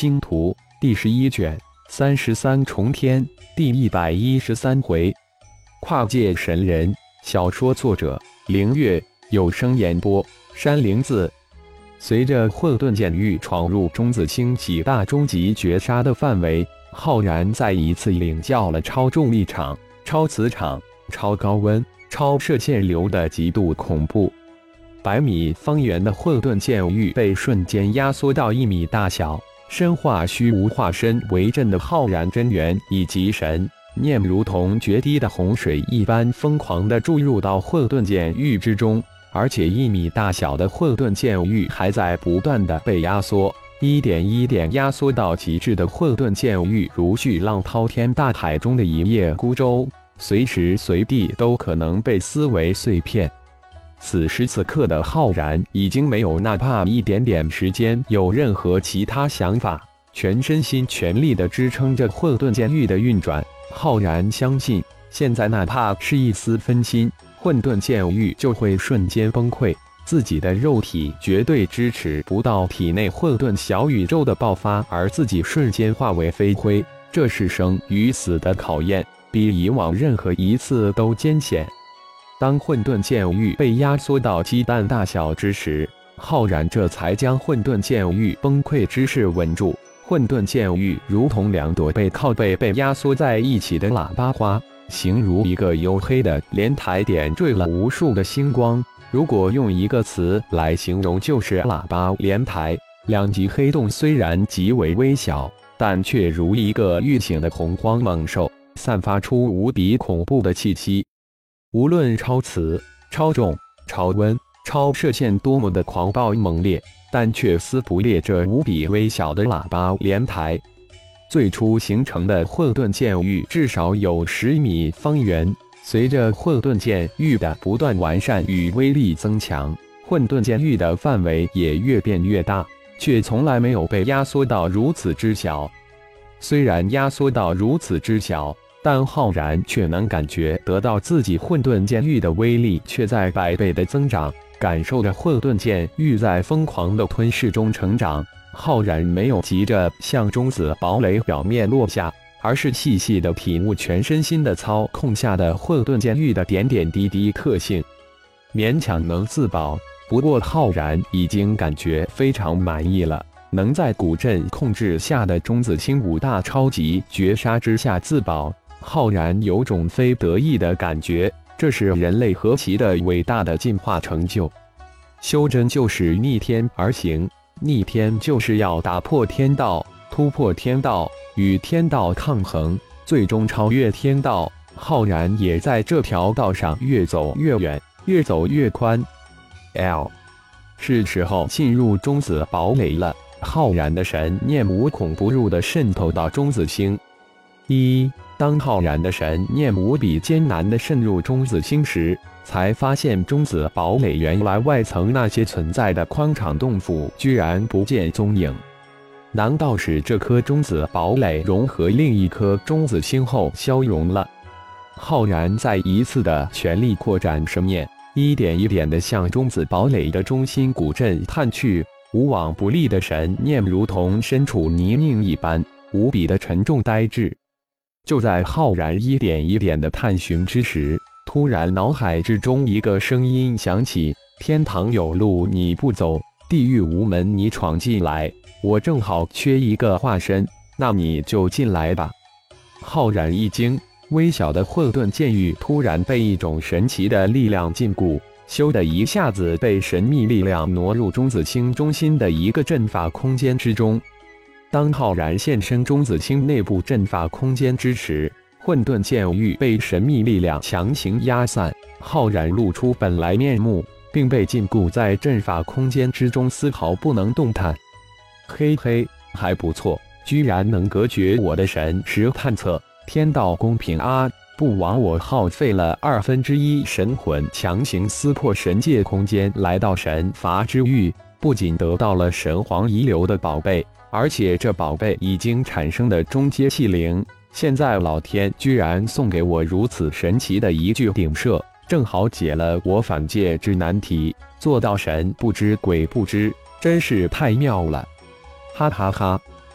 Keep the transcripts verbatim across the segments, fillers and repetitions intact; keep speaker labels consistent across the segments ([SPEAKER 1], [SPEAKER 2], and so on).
[SPEAKER 1] 星图》第十一卷三十三重天第一百一十三回。跨界神人，小说作者凌月，有声演播山灵子。随着混沌剑域闯入中子星几大终极绝杀的范围，浩然再一次领教了超重力场、超磁场、超高温、超射线流的极度恐怖。百米方圆的混沌剑域被瞬间压缩到一米大小，身化虚无化身为阵的浩然真元以及神念如同决堤的洪水一般疯狂地注入到混沌剑域之中，而且一米大小的混沌剑域还在不断地被压缩，一点一点压缩到极致的混沌剑域如巨浪滔天大海中的一叶孤舟，随时随地都可能被撕为碎片。此时此刻的浩然已经没有哪怕一点点时间有任何其他想法，全身心全力地支撑着混沌剑域的运转。浩然相信，现在哪怕是一丝分心，混沌剑域就会瞬间崩溃，自己的肉体绝对支持不到体内混沌小宇宙的爆发，而自己瞬间化为飞灰。这是生与死的考验，比以往任何一次都艰险。当混沌剑域被压缩到鸡蛋大小之时，浩然这才将混沌剑域崩溃之势稳住。混沌剑域如同两朵背靠背被压缩在一起的喇叭花，形如一个黝黑的莲台，点缀了无数的星光。如果用一个词来形容，就是喇叭莲台。两极黑洞虽然极为微小，但却如一个欲醒的洪荒猛兽，散发出无比恐怖的气息。无论超磁、超重、超温、超射线多么的狂暴猛烈，但却撕不裂这无比微小的喇叭莲台。最初形成的混沌剑域至少有十米方圆，随着混沌剑域的不断完善与威力增强，混沌剑域的范围也越变越大，却从来没有被压缩到如此之小。虽然压缩到如此之小，但浩然却能感觉得到自己混沌剑域的威力却在百倍的增长，感受着混沌剑域在疯狂的吞噬中成长。浩然没有急着向中子堡垒表面落下，而是细细的体悟全身心的操控下的混沌剑域的点点滴滴特性，勉强能自保。不过浩然已经感觉非常满意了，能在古阵控制下的中子星五大超级绝杀之下自保，浩然有种非得意的感觉，这是人类何其的伟大的进化成就。修真就是逆天而行，逆天就是要打破天道，突破天道，与天道抗衡，最终超越天道。浩然也在这条道上越走越远，越走越宽。L， 是时候进入中子堡垒了。浩然的神念无孔不入地渗透到中子星。一，当浩然的神念无比艰难地渗入中子星时，才发现中子堡垒原来外层那些存在的宽敞洞府居然不见踪影。难道是这颗中子堡垒融合另一颗中子星后消融了？浩然再一次的全力扩展神念，一点一点地向中子堡垒的中心古阵探去。无往不利的神念如同身处泥泞一般，无比的沉重呆滞。就在浩然一点一点的探寻之时，突然脑海之中一个声音响起：天堂有路你不走，地狱无门你闯进来，我正好缺一个化身，那你就进来吧。浩然一惊，微小的混沌剑域突然被一种神奇的力量禁锢，咻的一下子被神秘力量挪入中子星中心的一个阵法空间之中。当浩然现身中子星内部阵法空间之时，混沌剑域被神秘力量强行压散，浩然露出本来面目，并被禁锢在阵法空间之中，丝毫不能动弹。嘿嘿，还不错，居然能隔绝我的神识探测，天道公平啊！不枉我耗费了二分之一神魂，强行撕破神界空间，来到神罚之域，不仅得到了神皇遗留的宝贝，而且这宝贝已经产生的中阶器灵，现在老天居然送给我如此神奇的一具顶射，正好解了我返界之难题，做到神不知鬼不知，真是太妙了！哈哈哈！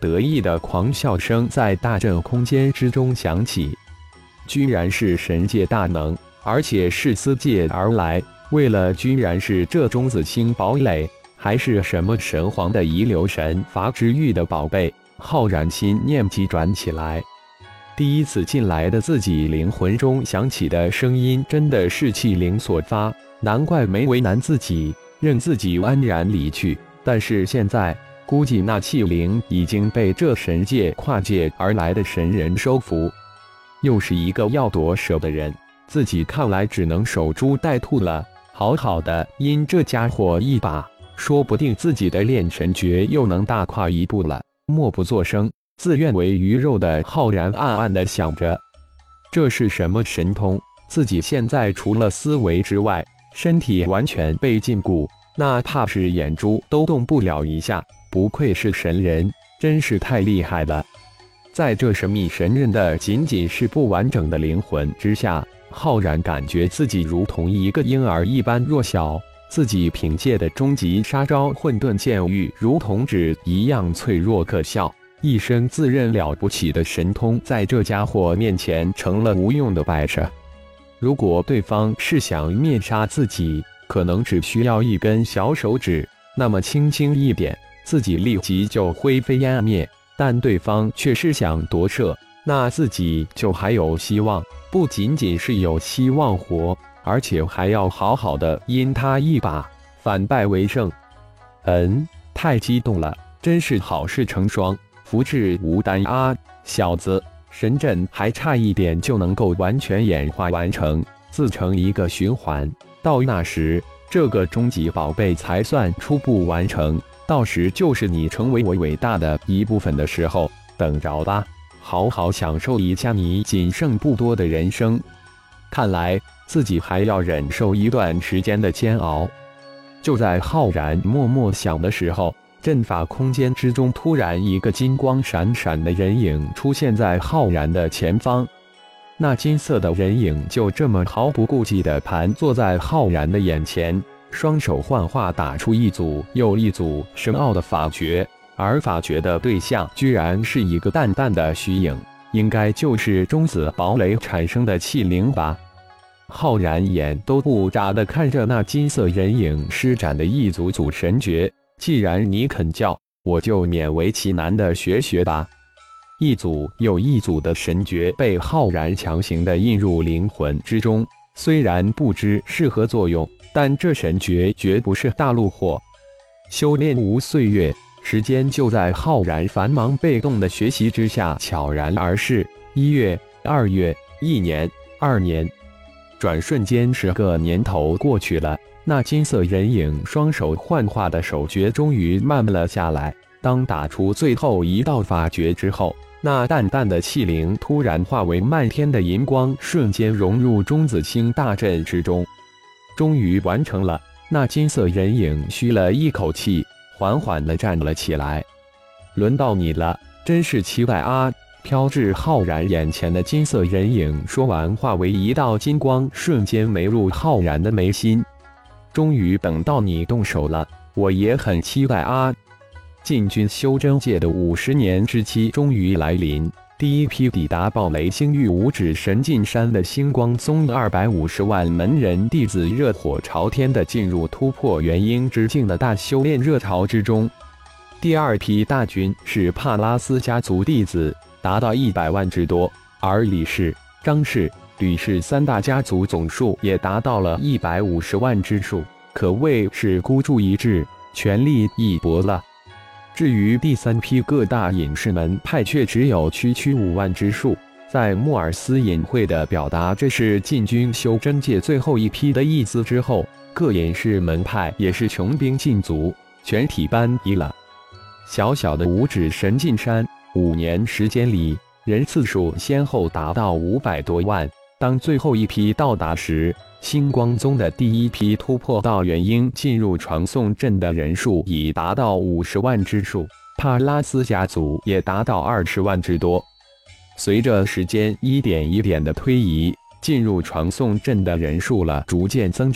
[SPEAKER 1] 得意的狂笑声在大阵空间之中响起。居然是神界大能，而且是私界而来，为了居然是这中子星堡垒，还是什么神皇的遗留神罚之域的宝贝，浩然心念急转起来。第一次进来的自己灵魂中响起的声音真的是气灵所发，难怪没为难自己，任自己安然离去。但是现在估计那气灵已经被这神界跨界而来的神人收服，又是一个要夺舍的人，自己看来只能守株待兔了。好好的阴这家伙一把，说不定自己的炼神诀又能大跨一步了。默不作声，自愿为鱼肉的浩然暗暗地想着，这是什么神通？自己现在除了思维之外，身体完全被禁锢，哪怕是眼珠都动不了一下。不愧是神人，真是太厉害了。在这神秘神人的仅仅是不完整的灵魂之下，浩然感觉自己如同一个婴儿一般弱小。自己凭借的终极杀招混沌剑域，如同纸一样脆弱可笑。一生自认了不起的神通，在这家伙面前成了无用的摆设。如果对方是想灭杀自己，可能只需要一根小手指，那么轻轻一点，自己立即就灰飞烟灭。但对方却是想夺舍，那自己就还有希望，不仅仅是有希望活，而且还要好好的阴他一把，反败为胜。嗯，太激动了，真是好事成双，福至无单啊！小子，神阵还差一点就能够完全演化完成，自成一个循环。到那时，这个终极宝贝才算初步完成，到时就是你成为我伟大的一部分的时候，等着吧，好好享受一下你仅剩不多的人生。看来自己还要忍受一段时间的煎熬。就在浩然默默想的时候，阵法空间之中突然一个金光闪闪的人影出现在浩然的前方。那金色的人影就这么毫不顾忌地盘坐在浩然的眼前，双手幻化打出一组又一组深奥的法诀，而法诀的对象居然是一个淡淡的虚影，应该就是中子堡垒产生的气灵吧。浩然眼都不眨地看着那金色人影施展的一组组神诀，既然你肯教，我就勉为其难的学学吧。一组又一组的神诀被浩然强行的印入灵魂之中，虽然不知是何作用，但这神诀绝不是大陆货。修炼无岁月，时间就在浩然繁忙被动的学习之下悄然而逝。一月、二月、一年、二年，转瞬间十个年头过去了。那金色人影双手幻化的手诀终于慢了下来。当打出最后一道法诀之后，那淡淡的气灵突然化为漫天的银光，瞬间融入中子星大阵之中。终于完成了。那金色人影吁了一口气，缓缓地站了起来。轮到你了，真是期待啊！飘至浩然眼前的金色人影说完，化为一道金光，瞬间没入浩然的眉心。终于等到你动手了，我也很期待啊！进军修真界的五十年之期终于来临，第一批抵达暴雷星域五指神进山的星光宗二百五十万门人弟子热火朝天地进入突破元婴之境的大修炼热潮之中。第二批大军是帕拉斯家族弟子，达到一百万之多，而李氏、张氏、吕氏三大家族总数也达到了一百五十万之数，可谓是孤注一掷，全力一搏了。至于第三批各大隐士门派，却只有区区五万之数。在莫尔斯隐晦地表达这是进军修真界最后一批的意思之后，各隐士门派也是穷兵尽卒，全体搬移了。小小的五指神进山，五年时间里，人次数先后达到五百多万。当最后一批到达时，星光宗的第一批突破到元婴进入传送阵的人数已达到五十万之数，帕拉斯家族也达到二十万之多。随着时间一点一点的推移，进入传送阵的人数了逐渐增长，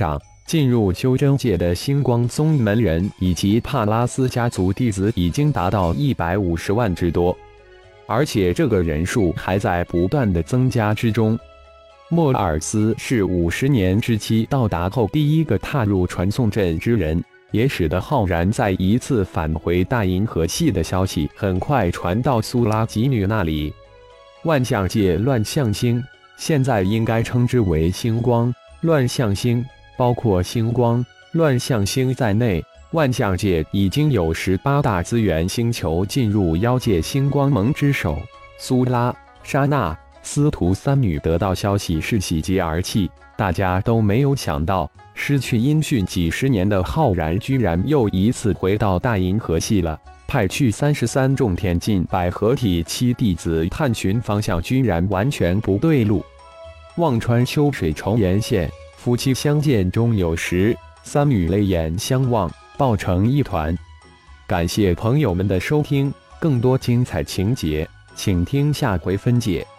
[SPEAKER 1] 进入修真界的星光宗门人以及帕拉斯家族弟子已经达到一百五十万之多，而且这个人数还在不断的增加之中。莫尔斯是五十年之期到达后第一个踏入传送阵之人，也使得浩然在一次返回大银河系的消息很快传到苏拉吉女那里。万象界乱象星，现在应该称之为星光乱象星，包括星光乱象星在内，万象界已经有十八大资源星球进入妖界星光盟之手。苏拉、莎娜、司徒三女得到消息是喜极而泣，大家都没有想到，失去音讯几十年的浩然居然又一次回到大银河系了。派去三十三重天境百合体七弟子探寻方向，居然完全不对路。忘川秋水重岩县，夫妻相见终有时，三女泪眼相望，抱成一团。感谢朋友们的收听，更多精彩情节，请听下回分解。